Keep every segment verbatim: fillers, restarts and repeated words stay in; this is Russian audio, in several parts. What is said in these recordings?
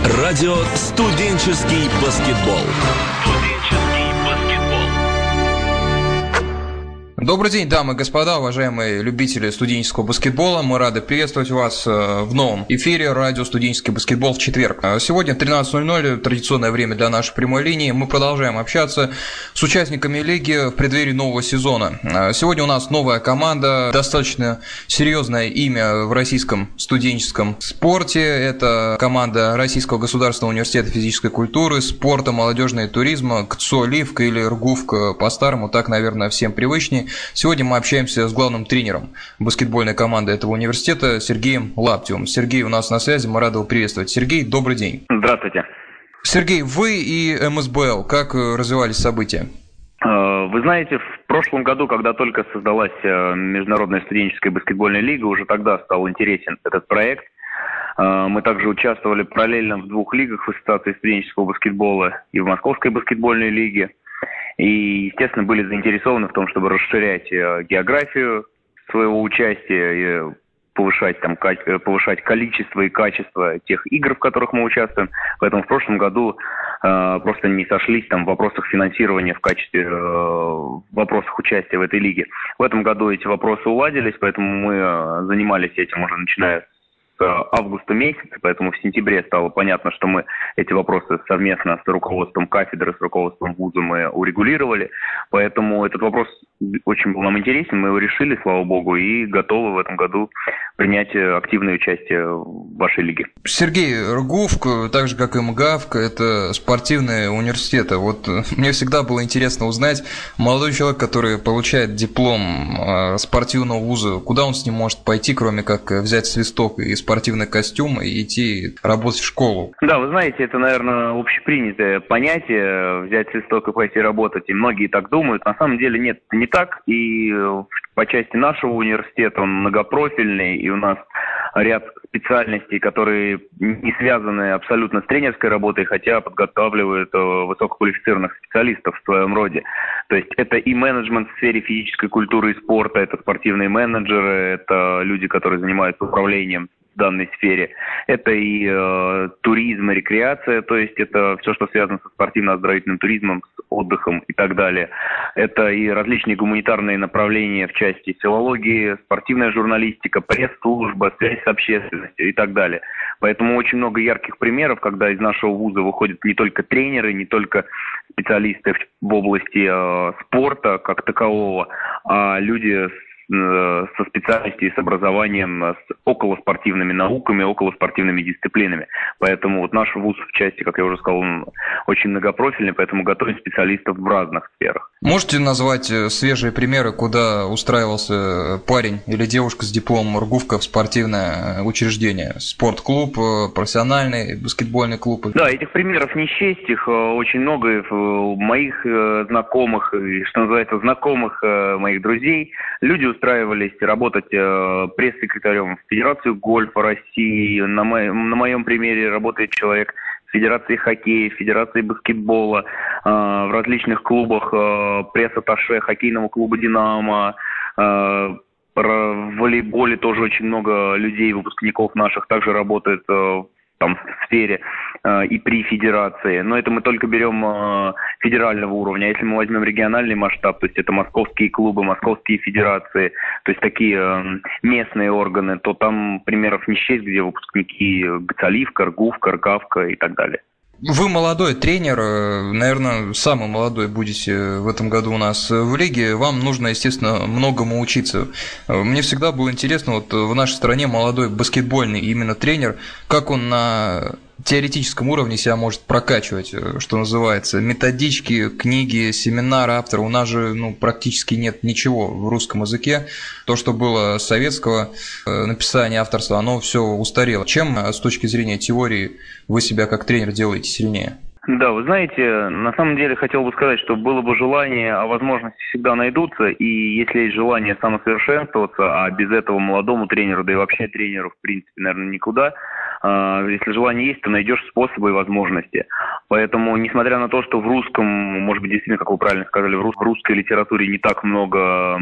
Радио «Студенческий баскетбол». Добрый день, дамы и господа, уважаемые любители студенческого баскетбола. Мы рады приветствовать вас в новом эфире радио «Студенческий баскетбол» в четверг. Сегодня тринадцать ноль ноль, традиционное время для нашей прямой линии. Мы продолжаем общаться с участниками лиги в преддверии нового сезона. Сегодня у нас новая команда, достаточно серьезное имя в российском студенческом спорте. Это команда Российского государственного университета физической культуры, спорта, молодежного и туризма, КЦО «Ливка» или РГУФК по-старому, так, наверное, всем привычнее. Сегодня мы общаемся с главным тренером баскетбольной команды этого университета Сергеем Лаптевым. Сергей у нас на связи, мы рады его приветствовать. Сергей, добрый день. Здравствуйте. Сергей, вы и эм эс бэ эл, как развивались события? Вы знаете, в прошлом году, когда только создалась Международная студенческая баскетбольная лига, уже тогда стал интересен этот проект. Мы также участвовали параллельно в двух лигах в Ассоциации студенческого баскетбола и в Московской баскетбольной лиге. И, естественно, были заинтересованы в том, чтобы расширять географию своего участия, повышать, там, повышать количество и качество тех игр, в которых мы участвуем. Поэтому в прошлом году э, просто не сошлись там, в вопросах финансирования в качестве э, в вопросах участия в этой лиге. В этом году эти вопросы уладились, поэтому мы э, занимались этим уже начиная с августа месяца, поэтому в сентябре стало понятно, что мы эти вопросы совместно с руководством кафедры, с руководством вуза мы урегулировали. Поэтому этот вопрос очень был нам интересен, мы его решили, слава богу, и готовы в этом году принять активное участие в вашей лиге. Сергей, РГУФК, так же как и МГАВК, это спортивные университеты. Вот мне всегда было интересно узнать, молодой человек, который получает диплом спортивного вуза, куда он с ним может пойти, кроме как взять свисток и спортивный костюм и идти работать в школу? Да, вы знаете, это, наверное, общепринятое понятие, взять свисток и пойти работать, и многие так думают. На самом деле нет, это не так, и по части нашего университета он многопрофильный, и у нас ряд специальностей, которые не связаны абсолютно с тренерской работой, хотя подготавливают высококвалифицированных специалистов в своем роде. То есть это и менеджмент в сфере физической культуры и спорта, это спортивные менеджеры, это люди, которые занимаются управлением в данной сфере. Это и э, туризм, и рекреация, то есть это все, что связано со спортивно-оздоровительным туризмом, с отдыхом и так далее. Это и различные гуманитарные направления в части филологии, спортивная журналистика, пресс-служба, связь с общественностью и так далее. Поэтому очень много ярких примеров, когда из нашего вуза выходят не только тренеры, не только специалисты в области э, спорта как такового, а люди с со специальностью и с образованием, с околоспортивными науками, околоспортивными дисциплинами. Поэтому вот наш вуз в части, как я уже сказал, он очень многопрофильный, поэтому готовим специалистов в разных сферах. Можете назвать свежие примеры, куда устраивался парень или девушка с дипломом РГУФКа в спортивное учреждение? Спортклуб, профессиональный баскетбольный клуб? Да, этих примеров не счесть, их очень много у моих знакомых, и, что называется, знакомых моих друзей. Люди устраивались работать э, пресс-секретарем в Федерацию гольфа России. На, мо- на моем примере работает человек в Федерации хоккея, в Федерации баскетбола, э, в различных клубах э, пресс-атташе хоккейного клуба «Динамо». Э, в волейболе тоже очень много людей, выпускников наших, также работает э, там, в сфере э, и при федерации. Но это мы только берем э, федерального уровня. А если мы возьмем региональный масштаб, то есть это московские клубы, московские федерации, то есть такие э, местные органы, то там примеров не счесть, где выпускники ГЦО-Ливка, РГУФКа, РГАВКа и так далее. Вы молодой тренер, наверное, самый молодой будете в этом году у нас в лиге. Вам нужно, естественно, многому учиться. Мне всегда было интересно, вот в нашей стране молодой баскетбольный именно тренер, как он на теоретическом уровне себя может прокачивать, что называется, методички, книги, семинары автора. У нас же ну, практически нет ничего в русском языке. То, что было советского написания, авторства, оно все устарело. Чем с точки зрения теории вы себя как тренер делаете сильнее? Да, вы знаете, на самом деле хотел бы сказать, что было бы желание, а возможности всегда найдутся, и если есть желание самосовершенствоваться, а без этого молодому тренеру, да и вообще тренеру, в принципе, наверное, никуда, если желание есть, то найдешь способы и возможности. Поэтому, несмотря на то, что в русском, может быть, действительно, как вы правильно сказали, в русской литературе не так много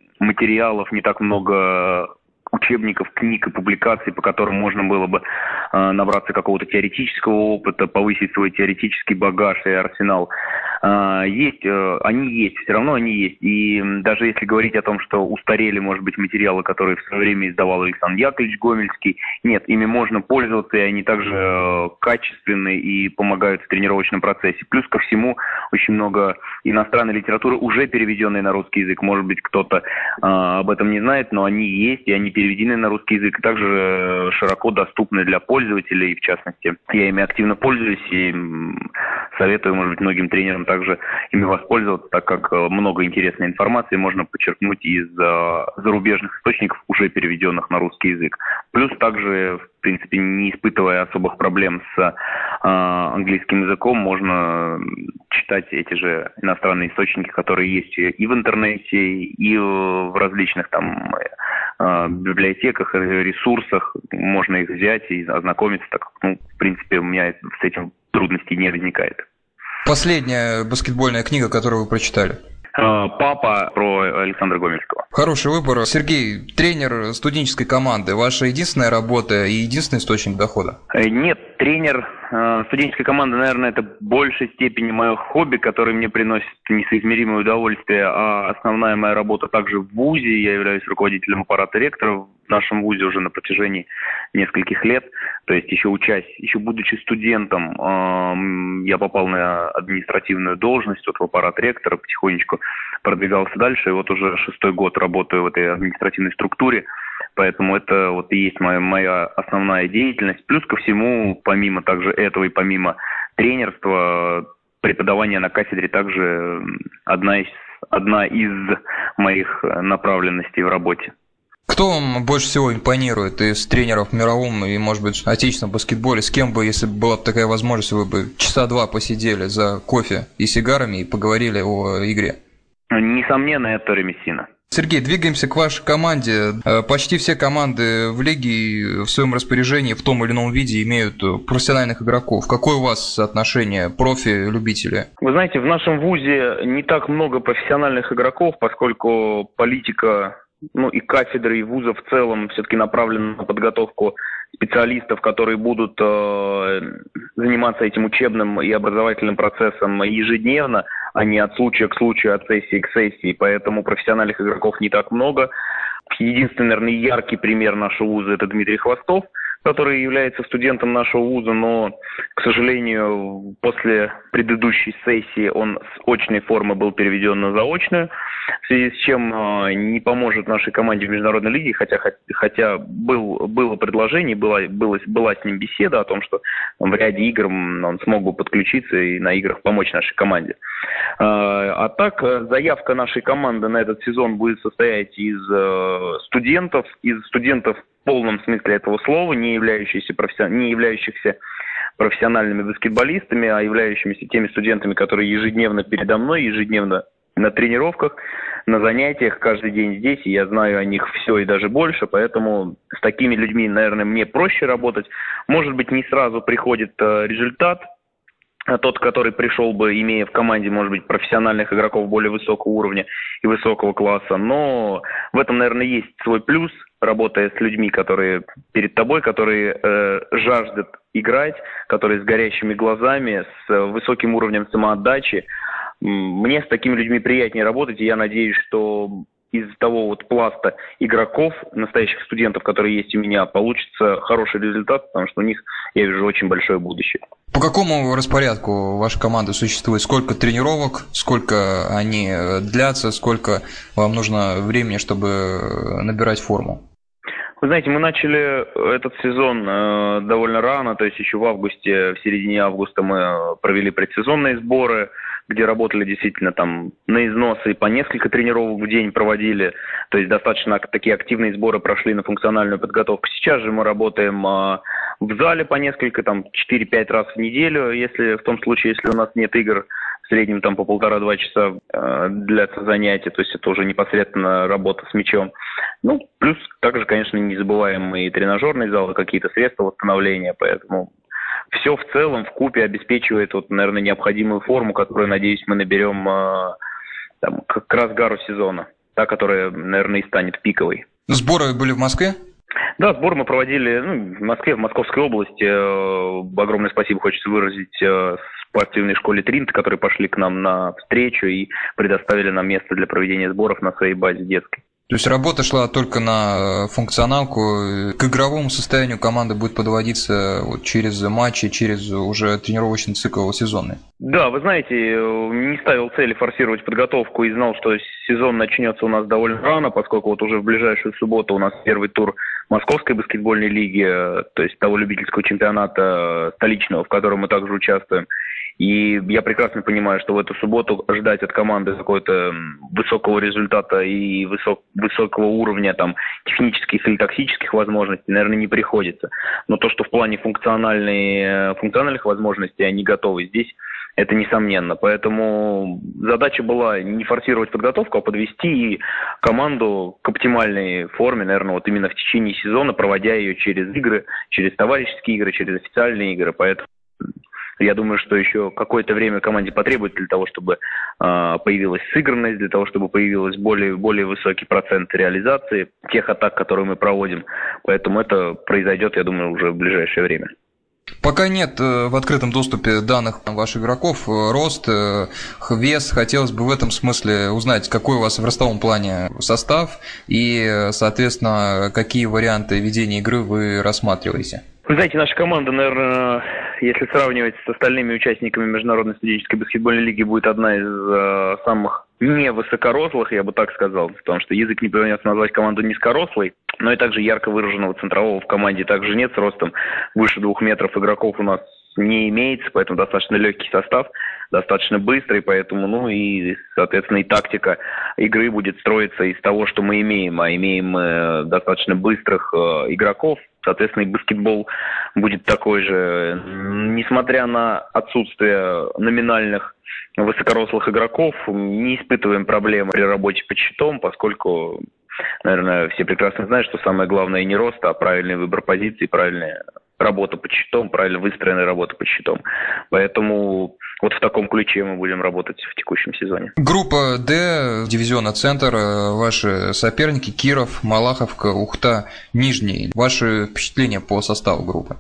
материалов, не так много учебников, книг и публикаций, по которым можно было бы э, набраться какого-то теоретического опыта, повысить свой теоретический багаж и арсенал. Есть, они есть, все равно они есть. И даже если говорить о том, что устарели, может быть, материалы, которые в свое время издавал Александр Яковлевич Гомельский, нет, ими можно пользоваться, и они также качественны и помогают в тренировочном процессе. Плюс ко всему, очень много иностранной литературы, уже переведенной на русский язык. Может быть, кто-то а, об этом не знает, но они есть, и они переведены на русский язык, и также широко доступны для пользователей, в частности. Я ими активно пользуюсь и советую, может быть, многим тренерам также ими воспользоваться, так как много интересной информации можно подчеркнуть из а, зарубежных источников, уже переведенных на русский язык. Плюс также, в принципе, не испытывая особых проблем с а, английским языком, можно читать эти же иностранные источники, которые есть и в интернете, и в различных там а, библиотеках, ресурсах. Можно их взять и ознакомиться, так как, ну, в принципе, у меня с этим трудностей не возникает. Последняя баскетбольная книга, которую вы прочитали? «Папа» про Александра Гомельского. Хороший выбор. Сергей, тренер студенческой команды. Ваша единственная работа и единственный источник дохода? Нет, тренер студенческой команды, наверное, это в большей степени мое хобби, которое мне приносит несоизмеримое удовольствие, а основная моя работа также в вузе. Я являюсь руководителем аппарата ректора в нашем вузе уже на протяжении нескольких лет. То есть еще учась, еще будучи студентом, я попал на административную должность вот в аппарат ректора, потихонечку продвигался дальше, и вот уже шестой год работаю в этой административной структуре. Поэтому это вот и есть моя, моя основная деятельность. Плюс ко всему, помимо также этого и помимо тренерства, преподавание на кафедре также одна из, одна из моих направленностей в работе. Кто вам больше всего импонирует из тренеров в мировом и, может быть, отечественном баскетболе? С кем бы, если бы была такая возможность, вы бы часа два посидели за кофе и сигарами и поговорили о игре? Несомненно, это Тори Мессина. Сергей, двигаемся к вашей команде. Почти все команды в лиге в своем распоряжении в том или ином виде имеют профессиональных игроков. Какое у вас соотношение профи-любители? Вы знаете, в нашем вузе не так много профессиональных игроков, поскольку политика, ну и кафедры, и вуза в целом все-таки направлена на подготовку специалистов, которые будут э, заниматься этим учебным и образовательным процессом ежедневно, а не от случая к случаю, от сессии к сессии. Поэтому профессиональных игроков не так много. Единственный, наверное, яркий пример нашего вуза – это Дмитрий Хвостов, который является студентом нашего вуза, но, к сожалению, после предыдущей сессии он с очной формы был переведен на заочную, в связи с чем не поможет нашей команде в международной лиге, хотя, хотя был, было предложение, была, была, была с ним беседа о том, что в ряде игр он смог бы подключиться и на играх помочь нашей команде. А так, заявка нашей команды на этот сезон будет состоять из студентов, из студентов в полном смысле этого слова, не являющихся, професси... не являющихся профессиональными баскетболистами, а являющимися теми студентами, которые ежедневно передо мной, ежедневно на тренировках, на занятиях, каждый день здесь, и я знаю о них все и даже больше, поэтому с такими людьми, наверное, мне проще работать. Может быть, не сразу приходит э, результат, тот, который пришел бы, имея в команде, может быть, профессиональных игроков более высокого уровня и высокого класса, но в этом, наверное, есть свой плюс, работая с людьми, которые перед тобой, которые э, жаждут играть, которые с горящими глазами, с высоким уровнем самоотдачи. Мне с такими людьми приятнее работать, и я надеюсь, что из того вот пласта игроков, настоящих студентов, которые есть у меня, получится хороший результат, потому что у них я вижу очень большое будущее. По какому распорядку ваша команда существует? Сколько тренировок, сколько они длятся, сколько вам нужно времени, чтобы набирать форму? Вы знаете, мы начали этот сезон э, довольно рано, то есть еще в августе, в середине августа мы провели предсезонные сборы, где работали действительно там на износ и по несколько тренировок в день проводили, то есть достаточно такие активные сборы прошли на функциональную подготовку. Сейчас же мы работаем э, в зале по несколько, там четыре-пять раз в неделю, если в том случае, если у нас нет игр, в среднем там по полтора-два часа э, длятся занятия, то есть это уже непосредственно работа с мячом. Ну, плюс также, конечно, не забываем мы и тренажерный зал, и какие-то средства восстановления, поэтому все в целом вкупе обеспечивает, вот, наверное, необходимую форму, которую, надеюсь, мы наберем э, там, к, к разгару сезона, та, которая, наверное, и станет пиковой. Сборы были в Москве? Да, сбор мы проводили ну, в Москве, в Московской области. Огромное спасибо хочется выразить спортивной школе Тринт, которые пошли к нам на встречу и предоставили нам место для проведения сборов на своей базе детской. То есть работа шла только на функционалку, к игровому состоянию команда будет подводиться вот через матчи, через уже тренировочный цикл сезонный? Да, вы знаете, не ставил цели форсировать подготовку и знал, что сезон начнется у нас довольно рано, поскольку вот уже в ближайшую субботу у нас первый тур Московской баскетбольной лиги, то есть того любительского чемпионата столичного, в котором мы также участвуем. И я прекрасно понимаю, что в эту субботу ждать от команды какого-то высокого результата и высок, высокого уровня там, технических или тактических возможностей, наверное, не приходится. Но то, что в плане функциональных возможностей они готовы, здесь это несомненно. Поэтому задача была не форсировать подготовку, а подвести команду к оптимальной форме, наверное, вот именно в течение сезона, проводя ее через игры, через товарищеские игры, через официальные игры. Поэтому я думаю, что еще какое-то время команде потребуется для того, чтобы э, появилась сыгранность, для того, чтобы появилась более, более высокий процент реализации тех атак, которые мы проводим. Поэтому это произойдет, я думаю, уже в ближайшее время. Пока нет в открытом доступе данных ваших игроков, рост, вес. Хотелось бы в этом смысле узнать, какой у вас в ростовом плане состав и, соответственно, какие варианты ведения игры вы рассматриваете. Вы знаете, наша команда, наверное, если сравнивать с остальными участниками Международной студенческой баскетбольной лиги, будет одна из э, самых невысокорослых, я бы так сказал, потому что язык не повернется назвать команду низкорослой, но и также ярко выраженного центрового в команде также нет, с ростом выше двух метров игроков у нас не имеется, поэтому достаточно легкий состав, достаточно быстрый, поэтому, ну и, соответственно, и тактика игры будет строиться из того, что мы имеем, а имеем мы достаточно быстрых э, игроков, соответственно, и баскетбол будет такой же. Несмотря на отсутствие номинальных высокорослых игроков, не испытываем проблем при работе под щитом, поскольку, наверное, все прекрасно знают, что самое главное не рост, а правильный выбор позиций, правильная работа под щитом, правильно выстроенная работа под щитом. Поэтому вот в таком ключе мы будем работать в текущем сезоне. Группа Д, дивизиона «Центр», ваши соперники Киров, Малаховка, Ухта, Нижний. Ваши впечатления по составу группы?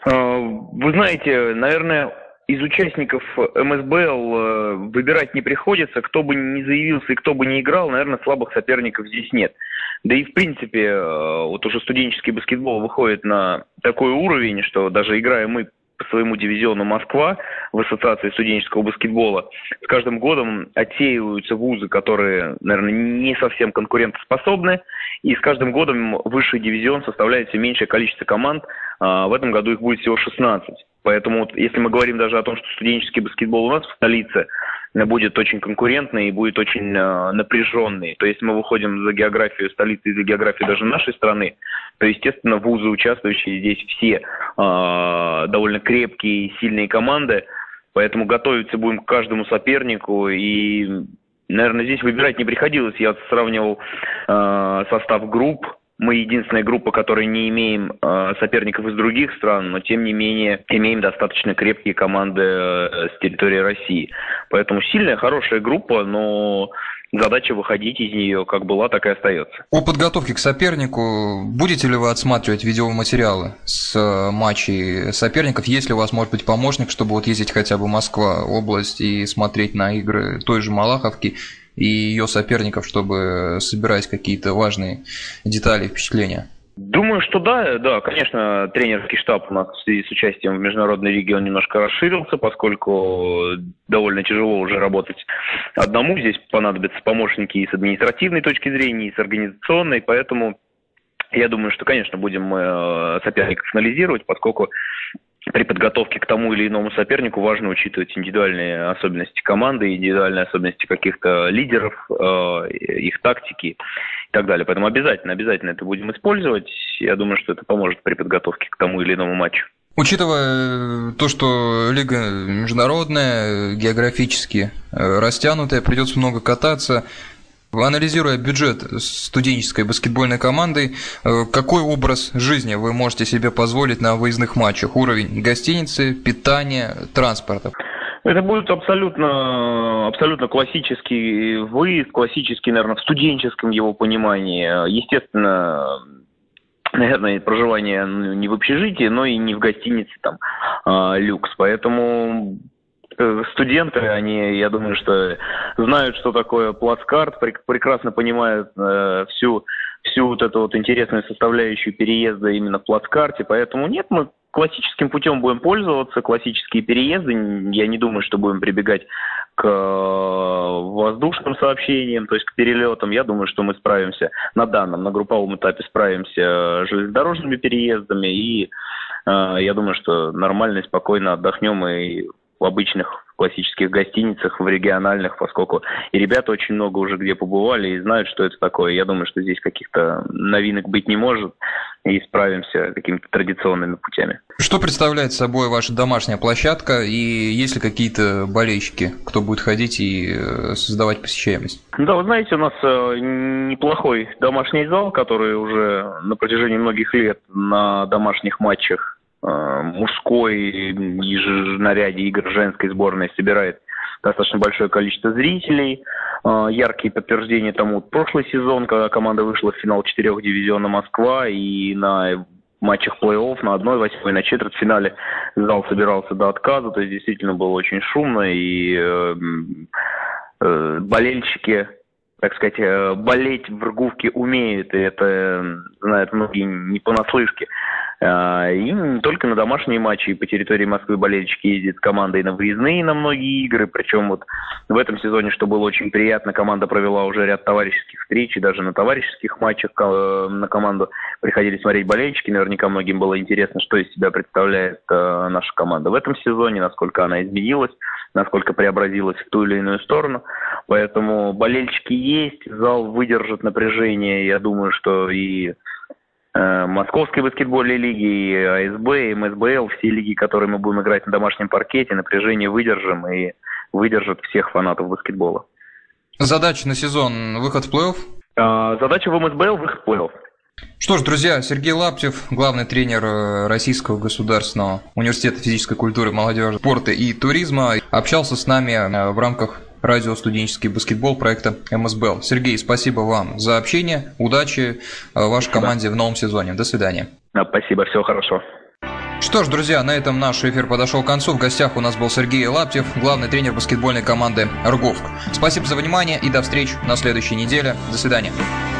Вы знаете, наверное, из участников эм эс бэ эл выбирать не приходится. Кто бы ни заявился и кто бы ни играл, наверное, слабых соперников здесь нет. Да и в принципе, вот уже студенческий баскетбол выходит на такой уровень, что даже играя мы по своему дивизиону «Москва» в Ассоциации студенческого баскетбола, с каждым годом отсеиваются вузы, которые, наверное, не совсем конкурентоспособны, и с каждым годом высший дивизион составляет все меньшее количество команд. В этом году их будет всего шестнадцать. Поэтому вот, если мы говорим даже о том, что студенческий баскетбол у нас в столице будет очень конкурентный и будет очень э, напряженный, то если мы выходим за географию столицы и за географию даже нашей страны, то, естественно, вузы, участвующие здесь, все э, довольно крепкие и сильные команды, поэтому готовиться будем к каждому сопернику и, наверное, здесь выбирать не приходилось. Я сравнивал э, состав групп. Мы единственная группа, которая не имеем э, соперников из других стран, но тем не менее имеем достаточно крепкие команды э, с территории России. Поэтому сильная, хорошая группа, но задача выходить из нее как была, так и остается. О подготовке к сопернику. Будете ли вы отсматривать видеоматериалы с матчей соперников? Есть ли у вас, может быть, помощник, чтобы вот ездить хотя бы в Москва, область, и смотреть на игры той же Малаховки и ее соперников, чтобы собирать какие-то важные детали и впечатления? Думаю, что да, да, конечно, тренерский штаб у нас в связи с участием в международной лиге он немножко расширился, поскольку довольно тяжело уже работать одному. Здесь понадобятся помощники и с административной точки зрения, и с организационной, поэтому я думаю, что, конечно, будем мы соперников анализировать, поскольку при подготовке к тому или иному сопернику важно учитывать индивидуальные особенности команды, индивидуальные особенности каких-то лидеров, э, их тактики и так далее. Поэтому обязательно, обязательно это будем использовать. Я думаю, что это поможет при подготовке к тому или иному матчу. Учитывая то, что лига международная, географически растянутая, придется много кататься, анализируя бюджет студенческой баскетбольной команды, какой образ жизни вы можете себе позволить на выездных матчах? Уровень гостиницы, питания, транспорта? Это будет абсолютно, абсолютно классический выезд, классический, наверное, в студенческом его понимании. Естественно, наверное, проживание не в общежитии, но и не в гостинице там люкс. Поэтому студенты, они, я думаю, что знают, что такое плацкарт, прекрасно понимают всю, всю вот эту вот интересную составляющую переезда именно в плацкарте. Поэтому нет, мы классическим путем будем пользоваться, классические переезды. Я не думаю, что будем прибегать к воздушным сообщениям, то есть к перелетам. Я думаю, что мы справимся на данном, на групповом этапе справимся с железнодорожными переездами. И э, я думаю, что нормально и спокойно отдохнем и в обычных классических гостиницах, в региональных, поскольку и ребята очень много уже где побывали и знают, что это такое. Я думаю, что здесь каких-то новинок быть не может, и справимся какими-то традиционными путями. Что представляет собой ваша домашняя площадка, и есть ли какие-то болельщики, кто будет ходить и создавать посещаемость? Да, вы знаете, у нас неплохой домашний зал, который уже на протяжении многих лет на домашних матчах мужской еженаряде игр женской сборной собирает достаточно большое количество зрителей. Яркие подтверждения тому прошлый сезон, когда команда вышла в финал четырех дивизиона Москва, и на матчах плей-офф на одной восьмой, на четвертьфинале зал собирался до отказа, то есть действительно было очень шумно, и э, э, болельщики, так сказать, болеть в Ргувке умеют, и это знают многие не понаслышке. И не только на домашние матчи, и по территории Москвы болельщики ездят с командой на выездные на многие игры. Причем вот в этом сезоне, что было очень приятно, команда провела уже ряд товарищеских встреч, и даже на товарищеских матчах на команду приходили смотреть болельщики. Наверняка многим было интересно, что из себя представляет наша команда в этом сезоне, насколько она изменилась, насколько преобразилась в ту или иную сторону. Поэтому болельщики есть, зал выдержит напряжение. Я думаю, что и Московской баскетбольной лиги, и АСБ, и эм эс бэ эл, все лиги, которые мы будем играть на домашнем паркете, напряжение выдержим и выдержат всех фанатов баскетбола. Задача на сезон – выход в плей-офф? А, задача в эм эс бэ эл – выход в плей-офф. Что ж, друзья, Сергей Лаптев, главный тренер Российского государственного университета физической культуры, молодежи, спорта и туризма, общался с нами в рамках радио «Студенческий баскетбол» проекта эм эс бэ эл. Сергей, спасибо вам за общение, удачи вашей спасибо. Команде в новом сезоне. До свидания. Спасибо, всего хорошего. Что ж, друзья, на этом наш эфир подошел к концу. В гостях у нас был Сергей Лаптев, главный тренер баскетбольной команды «Рговк». Спасибо за внимание и до встречи на следующей неделе. До свидания.